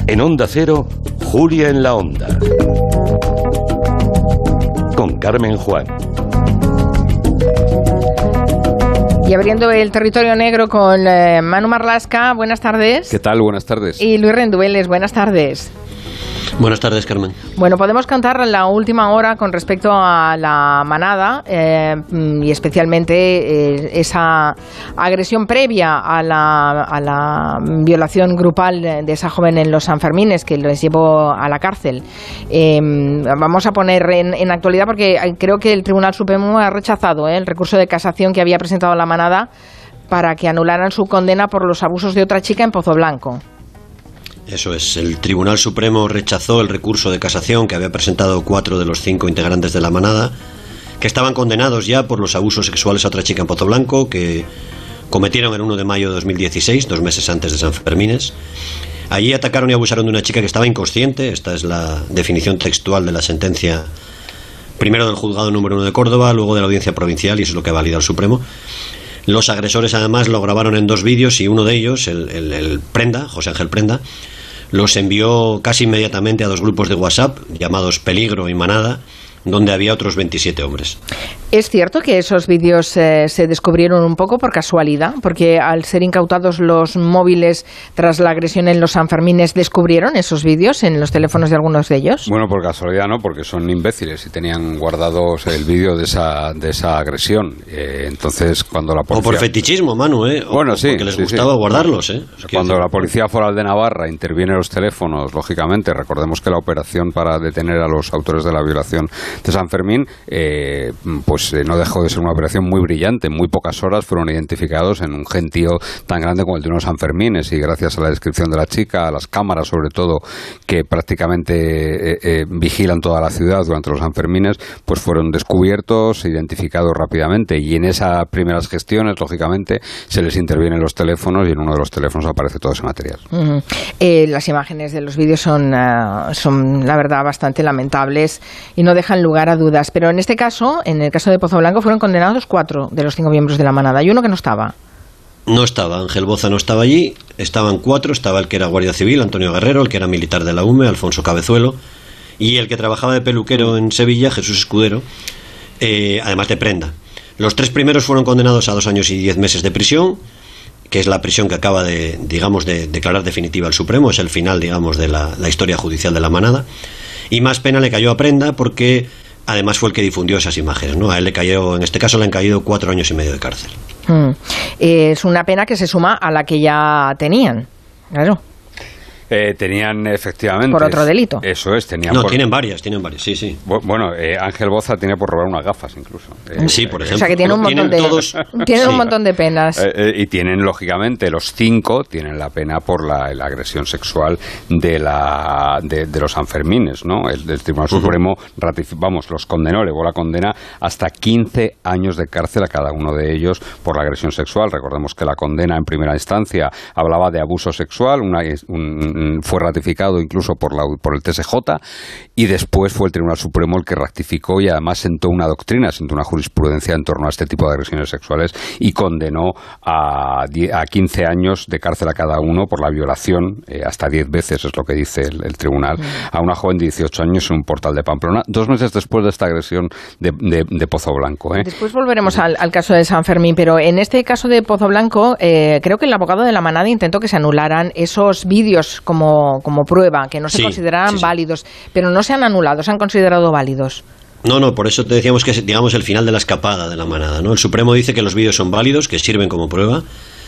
En Onda Cero, Julia en la Onda. Con Carmen Juan. Y abriendo el territorio negro con Manu Marlasca, buenas tardes. ¿Qué tal? Buenas tardes. Y Luis Rendueles, buenas tardes. Buenas tardes, Carmen. Bueno, podemos contar la última hora con respecto a la manada y especialmente esa agresión previa a la violación grupal de esa joven en los Sanfermines que les llevó a la cárcel. Vamos a poner en actualidad porque creo que el Tribunal Supremo ha rechazado el recurso de casación que había presentado la manada para que anularan su condena por los abusos de otra chica en Pozoblanco. Eso es, el Tribunal Supremo rechazó el recurso de casación que había presentado 4 de los 5 integrantes de la manada, que estaban condenados ya por los abusos sexuales a otra chica en Pozoblanco, que cometieron el 1 de mayo de 2016, 2 meses antes de San Fermines. Allí atacaron y abusaron de una chica que estaba inconsciente, esta es la definición textual de la sentencia, primero del Juzgado número 1 de Córdoba, luego de la Audiencia Provincial, y eso es lo que ha validado el Supremo. Los agresores además lo grabaron en 2 vídeos y uno de ellos, el Prenda, José Ángel Prenda, los envió casi inmediatamente a 2 grupos de WhatsApp llamados Peligro y Manada, donde había otros 27 hombres. ¿Es cierto que esos vídeos se descubrieron un poco por casualidad? Porque al ser incautados los móviles tras la agresión en los Sanfermines, ¿descubrieron esos vídeos en los teléfonos de algunos de ellos? Bueno, por casualidad no, porque son imbéciles y tenían guardados el vídeo de esa agresión. Entonces, cuando la policía... O por fetichismo, Manu, Bueno, sí. Porque les gustaba guardarlos, Cuando la Policía Foral de Navarra interviene en los teléfonos, lógicamente, recordemos que la operación para detener a los autores de la violación de San Fermín, no dejó de ser una operación muy brillante. En muy pocas horas fueron identificados en un gentío tan grande como el de unos Sanfermines, y gracias a la descripción de la chica, a las cámaras sobre todo, que prácticamente vigilan toda la ciudad durante los Sanfermines, pues fueron descubiertos, identificados rápidamente, y en esas primeras gestiones, lógicamente, se les interviene en los teléfonos y en uno de los teléfonos aparece todo ese material. Uh-huh. Las imágenes de los vídeos son la verdad bastante lamentables y no dejan lugar a dudas, pero en este caso, en el caso de Pozoblanco, fueron condenados 4 de los 5 miembros de la manada y uno que no estaba. No estaba, Ángel Boza no estaba allí, estaban 4, estaba el que era guardia civil, Antonio Guerrero, el que era militar de la UME, Alfonso Cabezuelo, y el que trabajaba de peluquero en Sevilla, Jesús Escudero, además de Prenda. Los 3 primeros fueron condenados a 2 años y 10 meses de prisión, que es la prisión que acaba de declarar definitiva el Supremo, es el final, digamos, de la historia judicial de la manada, y más pena le cayó a Prenda porque además fue el que difundió esas imágenes, ¿no? A él le cayó, en este caso le han caído 4 años y medio de cárcel. Es una pena que se suma a la que ya tenían, claro. Tenían efectivamente... Por otro delito. Eso es, tenían... No, tienen varias, sí. Bueno, Ángel Boza tiene por robar unas gafas incluso. Sí, por ejemplo. O sea que tiene un montón tienen un montón de penas. Y tienen, lógicamente, los 5 tienen la pena por la agresión sexual de los Sanfermines, ¿no? El Tribunal Supremo los condenó, elevó la condena hasta 15 años de cárcel a cada uno de ellos por la agresión sexual. Recordemos que la condena en primera instancia hablaba de abuso sexual, fue ratificado incluso por el TSJ, y después fue el Tribunal Supremo el que rectificó y además sentó una jurisprudencia en torno a este tipo de agresiones sexuales y condenó a 15 años de cárcel a cada uno por la violación, hasta 10 veces es lo que dice el tribunal, a una joven de 18 años en un portal de Pamplona, 2 meses después de esta agresión de Pozoblanco. Después volveremos al caso de San Fermín, pero en este caso de Pozoblanco creo que el abogado de la manada intentó que se anularan esos vídeos como prueba, que no se consideraran válidos, pero no se han anulado, se han considerado válidos. No, por eso te decíamos que es, digamos, el final de la escapada de la manada, ¿no? El Supremo dice que los vídeos son válidos, que sirven como prueba.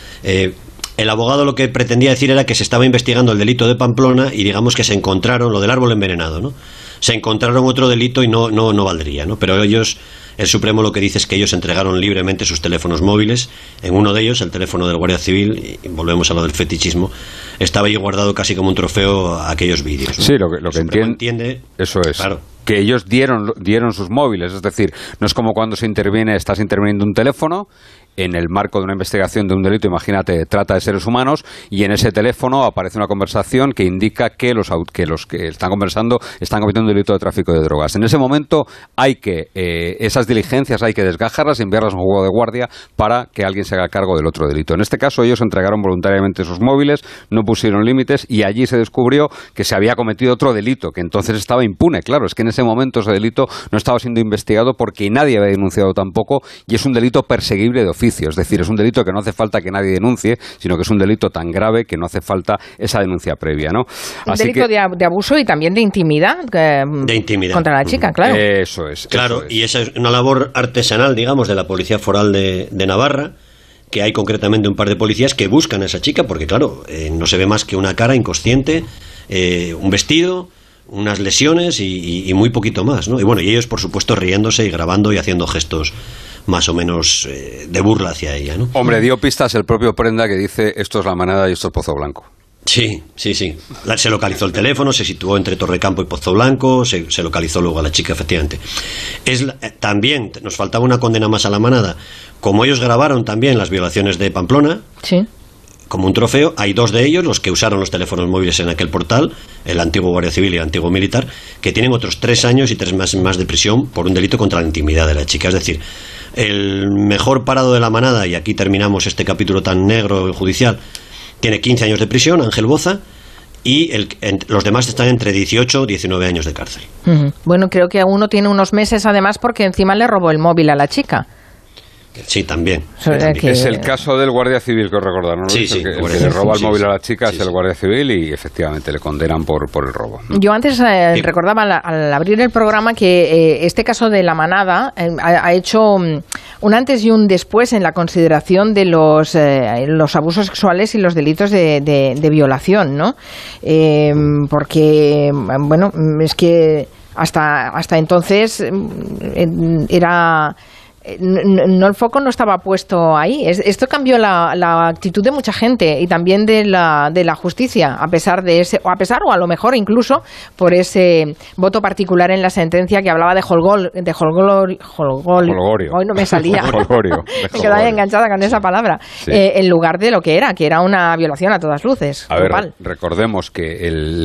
El abogado lo que pretendía decir era que se estaba investigando el delito de Pamplona y digamos que se encontraron lo del árbol envenenado, ¿no? Se encontraron otro delito y no valdría, ¿no? Pero el Supremo lo que dice es que ellos entregaron libremente sus teléfonos móviles. En uno de ellos, el teléfono del Guardia Civil, y volvemos a lo del fetichismo, estaba ahí guardado casi como un trofeo a aquellos vídeos, ¿no? Sí, lo que entiende eso es, claro, que ellos dieron sus móviles, es decir, no es como cuando estás interviniendo un teléfono en el marco de una investigación de un delito, imagínate, trata de seres humanos, y en ese teléfono aparece una conversación que indica que los que están conversando están cometiendo un delito de tráfico de drogas. En ese momento hay que, esas diligencias hay que desgajarlas y enviarlas a un juego de guardia para que alguien se haga cargo del otro delito. En este caso ellos entregaron voluntariamente sus móviles, no pusieron límites y allí se descubrió que se había cometido otro delito, que entonces estaba impune. Claro, es que en ese momento ese delito no estaba siendo investigado porque nadie había denunciado tampoco, y es un delito perseguible de oficio, es decir, es un delito que no hace falta que nadie denuncie, sino que es un delito tan grave que no hace falta esa denuncia previa, ¿no? Un delito de abuso y también de intimidad. De intimidad. Contra la chica, claro. Eso es. Claro, y esa es una labor artesanal, digamos, de la Policía Foral de Navarra, que hay concretamente un par de policías que buscan a esa chica, porque claro, no se ve más que una cara inconsciente, un vestido, unas lesiones y muy poquito más, ¿no? Y bueno, y ellos, por supuesto, riéndose y grabando y haciendo gestos más o menos de burla hacia ella, ¿no? Hombre, dio pistas el propio Prenda, que dice: esto es La Manada y esto es Pozo Blanco. Sí. Se localizó el teléfono, se situó entre Torrecampo y Pozo Blanco, se localizó luego a la chica, efectivamente. También nos faltaba una condena más a La Manada. Como ellos grabaron también las violaciones de Pamplona, sí, como un trofeo, hay dos de ellos, los que usaron los teléfonos móviles en aquel portal, el antiguo Guardia Civil y el antiguo Militar, que tienen otros 3 años y 3 meses más de prisión por un delito contra la intimidad de la chica. Es decir, el mejor parado de La Manada, y aquí terminamos este capítulo tan negro y judicial, tiene 15 años de prisión, Ángel Boza, y los demás están entre 18 y 19 años de cárcel. Bueno, creo que uno tiene unos meses además porque encima le robó el móvil a la chica. Sí, también. Es el caso del Guardia Civil, que os recordaron, ¿no? Sí, el que le roba el móvil a la chica es el Guardia Civil, y efectivamente le condenan por el robo. Yo antes recordaba al abrir el programa que este caso de La Manada ha hecho un antes y un después en la consideración de los abusos sexuales y los delitos de violación, ¿no? Porque, bueno, es que hasta entonces era... No, el foco no estaba puesto ahí. Esto cambió la actitud de mucha gente y también de la justicia, a pesar o a lo mejor incluso por ese voto particular en la sentencia que hablaba de holgorio. Hoy no me salía. Me quedaba enganchada con esa palabra. Sí. En lugar de lo que era una violación a todas luces. A ver, recordemos que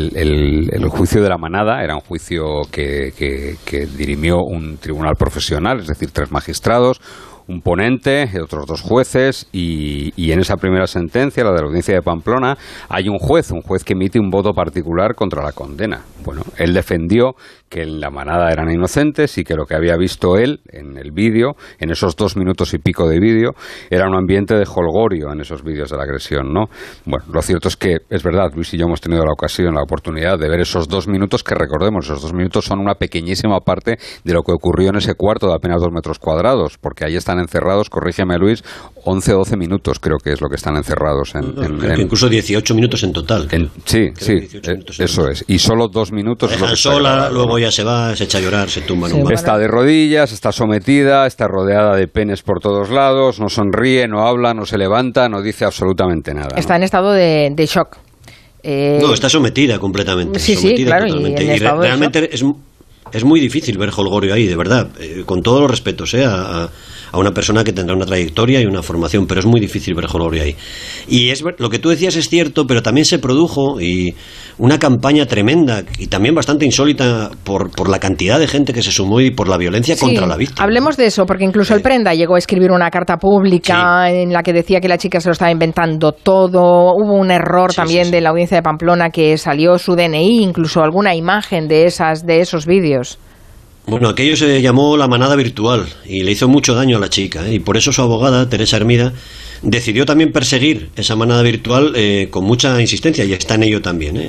el juicio de La Manada era un juicio que dirimió un tribunal profesional, es decir, 3 magistrados, un ponente, otros 2 jueces, y en esa primera sentencia, la de la Audiencia de Pamplona, hay un juez que emite un voto particular contra la condena. Bueno, él defendió que en La Manada eran inocentes y que lo que había visto él en el vídeo, en esos 2 minutos y pico de vídeo, era un ambiente de holgorio en esos vídeos de la agresión, ¿no? Bueno, lo cierto es que es verdad, Luis y yo hemos tenido la oportunidad de ver esos 2 minutos, que recordemos, esos 2 minutos son una pequeñísima parte de lo que ocurrió en ese cuarto de apenas 2 metros cuadrados, porque ahí están encerrados, corrígeme Luis, 11 o 12 minutos creo que es lo que están encerrados. Incluso 18 minutos en total. Sí, eso es. Y solo 2 minutos. Dejan sola, luego ya se va, se echa a llorar, se tumba en un bar. Está de rodillas, está sometida, está rodeada de penes por todos lados, no sonríe, no habla, no se levanta, no dice absolutamente nada. Está en estado de shock. No, está sometida completamente. Sí, claro. Totalmente. Y realmente es muy difícil ver holgorio ahí, de verdad, con todos los respetos a una persona que tendrá una trayectoria y una formación, pero es muy difícil ver holgorio ahí. Y lo que tú decías es cierto, pero también se produjo una campaña tremenda y también bastante insólita por la cantidad de gente que se sumó y por la violencia contra la víctima. Hablemos de eso, porque incluso el Prenda llegó a escribir una carta pública en la que decía que la chica se lo estaba inventando todo. Hubo un error también de la Audiencia de Pamplona, que salió su DNI, incluso alguna imagen de esos vídeos. Bueno, aquello se llamó La Manada Virtual y le hizo mucho daño a la chica, y por eso su abogada, Teresa Hermida, decidió también perseguir esa manada virtual con mucha insistencia, y está en ello también.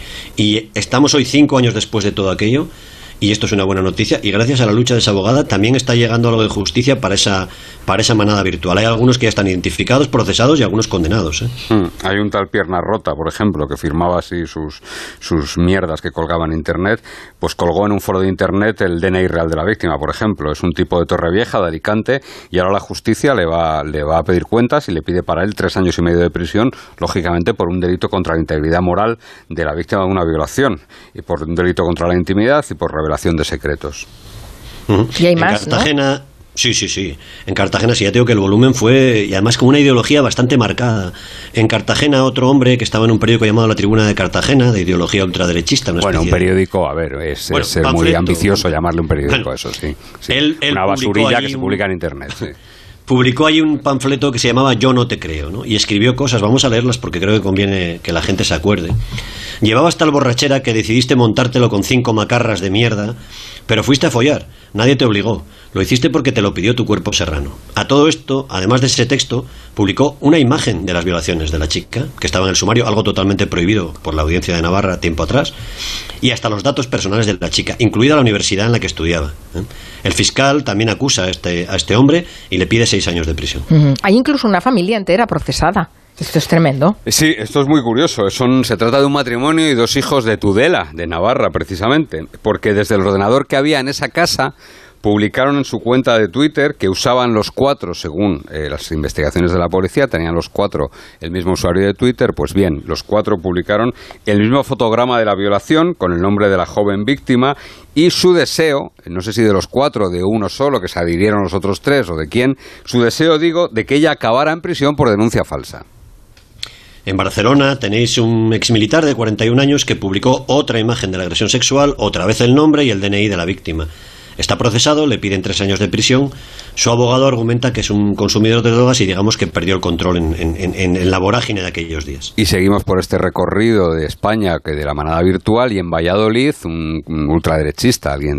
Y estamos hoy 5 años después de todo aquello, y esto es una buena noticia, y gracias a la lucha de esa abogada también está llegando algo de justicia para esa manada virtual. Hay algunos que ya están identificados, procesados, y algunos condenados. Hay un tal Pierna Rota, por ejemplo, que firmaba así sus mierdas que colgaba en Internet, pues colgó en un foro de Internet el DNI real de la víctima, por ejemplo. Es un tipo de Torrevieja, de Alicante, y ahora la justicia le va a pedir cuentas y le pide para él 3 años y medio de prisión, lógicamente por un delito contra la integridad moral de la víctima de una violación, y por un delito contra la intimidad y por revelación de secretos. Y hay más, en Cartagena, Sí. En Cartagena sí, ya te digo que el volumen fue, y además con una ideología bastante marcada. En Cartagena otro hombre que estaba en un periódico llamado La Tribuna de Cartagena, de ideología ultraderechista. Bueno, un periódico, a ver, es ser muy ambicioso llamarle un periódico, eso sí. Él una basurilla que se publica en Internet, sí. Publicó allí un panfleto que se llamaba Yo no te creo, ¿no? Y escribió cosas, vamos a leerlas porque creo que conviene que la gente se acuerde. Llevabas tal borrachera que decidiste montártelo con 5 macarras de mierda, pero fuiste a follar, nadie te obligó. Lo hiciste porque te lo pidió tu cuerpo serrano. A todo esto, además de ese texto, publicó una imagen de las violaciones de la chica, que estaba en el sumario, algo totalmente prohibido por la Audiencia de Navarra tiempo atrás, y hasta los datos personales de la chica, incluida la universidad en la que estudiaba. El fiscal también acusa a este hombre y le pide 6 años de prisión. Hay incluso una familia entera procesada. Esto es tremendo. Sí, esto es muy curioso. Se trata de un matrimonio y 2 hijos de Tudela, de Navarra, precisamente, porque desde el ordenador que había en esa casa publicaron en su cuenta de Twitter que usaban los 4, según las investigaciones de la policía, tenían los 4 el mismo usuario de Twitter. Pues bien, los 4 publicaron el mismo fotograma de la violación con el nombre de la joven víctima y su deseo, no sé si de los 4, de uno solo, que se adhirieron los otros 3 o de quién, su deseo, digo, de que ella acabara en prisión por denuncia falsa. En Barcelona tenéis un exmilitar de 41 años que publicó otra imagen de la agresión sexual, otra vez el nombre y el DNI de la víctima. Está procesado, le piden 3 años de prisión. Su abogado argumenta que es un consumidor de drogas y digamos que perdió el control en la vorágine de aquellos días. Y seguimos por este recorrido de España, que de la manada virtual, y en Valladolid un ultraderechista, alguien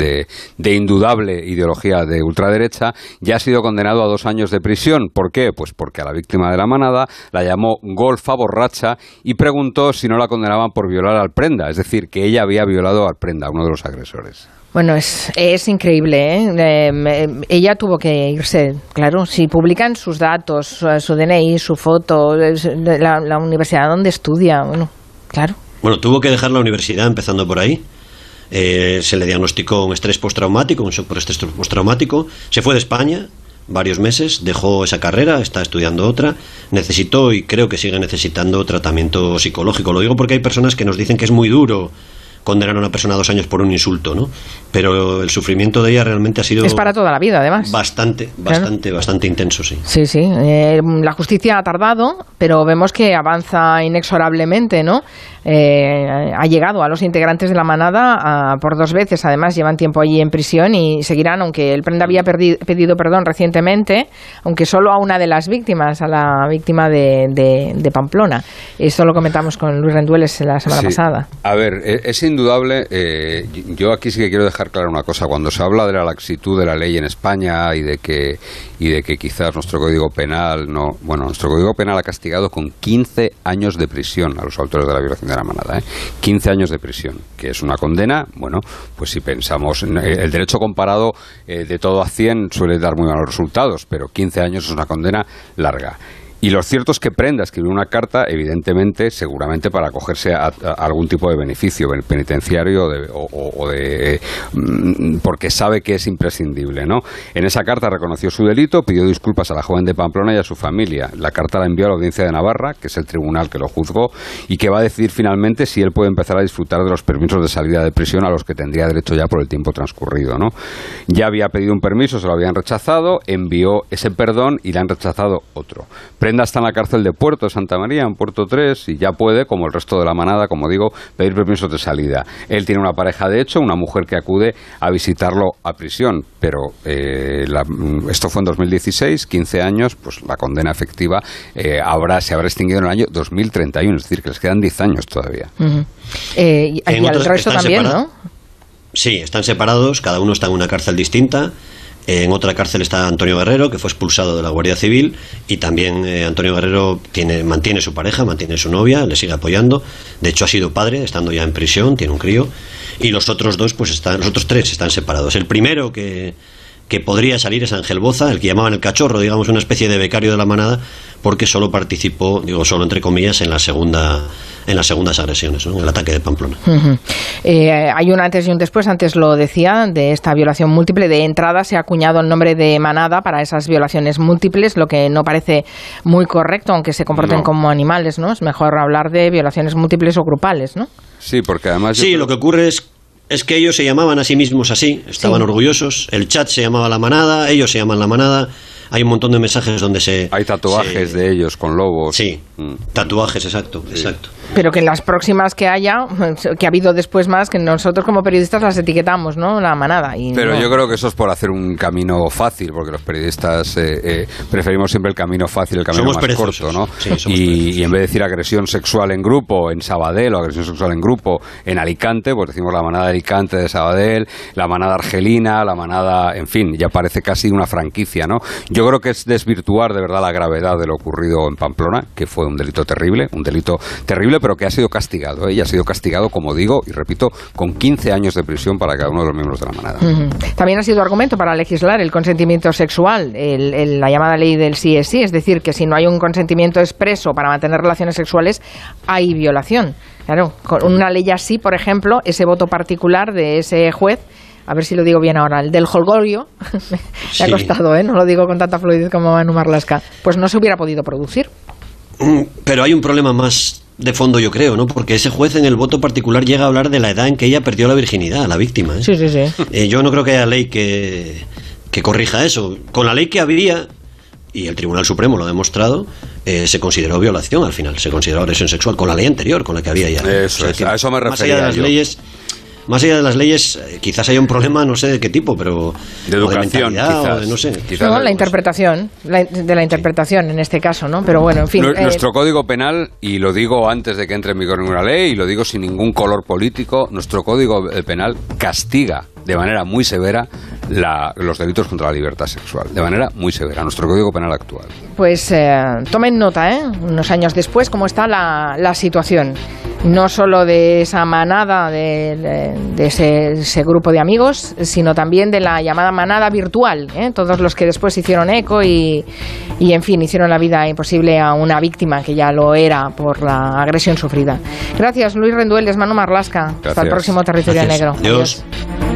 de indudable ideología de ultraderecha, ya ha sido condenado a 2 años de prisión. ¿Por qué? Pues porque a la víctima de la manada la llamó golfa borracha y preguntó si no la condenaban por violar al prenda, es decir, que ella había violado al prenda, uno de los agresores. Bueno, es increíble, ¿eh? Ella tuvo que irse, claro. Si publican sus datos, su DNI, su foto, la universidad donde estudia, bueno, claro. Bueno, tuvo que dejar la universidad empezando por ahí. Se le diagnosticó un estrés postraumático, un shock por estrés postraumático. Se fue de España varios meses, dejó esa carrera, está estudiando otra. Necesitó y creo que sigue necesitando tratamiento psicológico. Lo digo porque hay personas que nos dicen que es muy duro condenar a una persona a 2 años por un insulto, ¿no? Pero el sufrimiento de ella realmente ha sido... Es para toda la vida, además. Bastante intenso, sí. Sí. La justicia ha tardado, pero vemos que avanza inexorablemente, ¿no? Ha llegado a los integrantes de la manada por 2 veces, además llevan tiempo allí en prisión y seguirán, aunque el prenda había pedido perdón recientemente, aunque solo a una de las víctimas, a la víctima de Pamplona. Esto lo comentamos con Luis Rendueles la semana pasada. A ver, es indudable, yo aquí sí que quiero dejar clara una cosa. Cuando se habla de la laxitud de la ley en España y de que quizás nuestro Código Penal nuestro Código Penal ha castigado con 15 años de prisión a los autores de la violación de la manada, 15 años de prisión, que es una condena. Bueno, pues si pensamos, el derecho comparado de todo a 100 suele dar muy malos resultados, pero 15 años es una condena larga. Y lo cierto es que Prenda escribió una carta, evidentemente, seguramente para acogerse a algún tipo de beneficio penitenciario porque sabe que es imprescindible, ¿no? En esa carta reconoció su delito, pidió disculpas a la joven de Pamplona y a su familia. La carta la envió a la Audiencia de Navarra, que es el tribunal que lo juzgó, y que va a decidir finalmente si él puede empezar a disfrutar de los permisos de salida de prisión a los que tendría derecho ya por el tiempo transcurrido, ¿no? Ya había pedido un permiso, se lo habían rechazado, envió ese perdón y le han rechazado otro. Prenda está en la cárcel de Puerto de Santa María, en Puerto 3, y ya puede, como el resto de la manada, como digo, pedir permisos de salida. Él tiene una pareja, de hecho, una mujer que acude a visitarlo a prisión, pero esto fue en 2016, 15 años, pues la condena efectiva se habrá extinguido en el año 2031, es decir, que les quedan 10 años todavía. Y al resto también, ¿no? Sí, están separados, cada uno está en una cárcel distinta. En otra cárcel está Antonio Guerrero, que fue expulsado de la Guardia Civil, y también Antonio Guerrero mantiene su pareja, mantiene su novia, le sigue apoyando. De hecho, ha sido padre, estando ya en prisión, tiene un crío. Y los otros 2, los otros 3 están separados. El primero que podría salir es Ángel Boza, el que llamaban el cachorro, digamos, una especie de becario de la manada, porque solo participó, digo solo entre comillas, en las segundas agresiones, ¿no? En el ataque de Pamplona. Hay un antes y un después, antes lo decía, de esta violación múltiple. De entrada se ha acuñado el nombre de manada para esas violaciones múltiples, lo que no parece muy correcto, aunque se comporten como animales, ¿no? Es mejor hablar de violaciones múltiples o grupales, ¿no? Sí, porque además... Sí, lo que ocurre es Es que ellos se llamaban a sí mismos así, estaban orgullosos. El chat se llamaba La Manada, ellos se llaman La Manada. Hay un montón de mensajes donde hay tatuajes de ellos con lobos. Sí, tatuajes, exacto. Pero que en las próximas que haya, que ha habido después más, que nosotros como periodistas las etiquetamos, ¿no? La Manada. Pero yo creo que eso es por hacer un camino fácil, porque los periodistas preferimos siempre el camino fácil, el camino más corto, ¿no? Sí, y en vez de decir agresión sexual en grupo en Sabadell o agresión sexual en grupo en Alicante, pues decimos la Manada de Alicante de Sabadell, la Manada argelina, la Manada, en fin, ya parece casi una franquicia, ¿no? Yo creo que es desvirtuar de verdad la gravedad de lo ocurrido en Pamplona, que fue un delito terrible, pero que ha sido castigado, y ha sido castigado, como digo, y repito, con 15 años de prisión para cada uno de los miembros de la Manada. También ha sido argumento para legislar el consentimiento sexual, la llamada ley del sí es sí, es decir, que si no hay un consentimiento expreso para mantener relaciones sexuales, hay violación. Claro, con una ley así, por ejemplo, ese voto particular de ese juez, a ver si lo digo bien ahora, el del Holgorio, me ha costado, no lo digo con tanta fluidez como Manu Marlaska, pues no se hubiera podido producir. Pero hay un problema más de fondo, yo creo, ¿no? Porque ese juez en el voto particular llega a hablar de la edad en que ella perdió la virginidad, la víctima. Sí. Yo no creo que haya ley que corrija eso. Con la ley que había, y el Tribunal Supremo lo ha demostrado, se consideró violación al final, se consideró agresión sexual con la ley anterior, con la que había ya. Eso, a eso me refería Más allá de las leyes, quizás haya un problema, no sé de qué tipo, pero de educación, quizás. No sé. No, la interpretación, de la interpretación en este caso, ¿no? Pero bueno, en fin. Nuestro Código Penal, y lo digo antes de que entre en vigor ninguna ley, y lo digo sin ningún color político, nuestro Código Penal castiga de manera muy severa los delitos contra la libertad sexual, de manera muy severa, nuestro Código Penal actual. Pues tomen nota, unos años después, cómo está la situación. No solo de esa manada, de ese grupo de amigos, sino también de la llamada manada virtual, todos los que después hicieron eco y en fin, hicieron la vida imposible a una víctima que ya lo era por la agresión sufrida. Gracias, Luis Rendueles, Manu Marlaska. Hasta el próximo Territorio Negro. Adiós.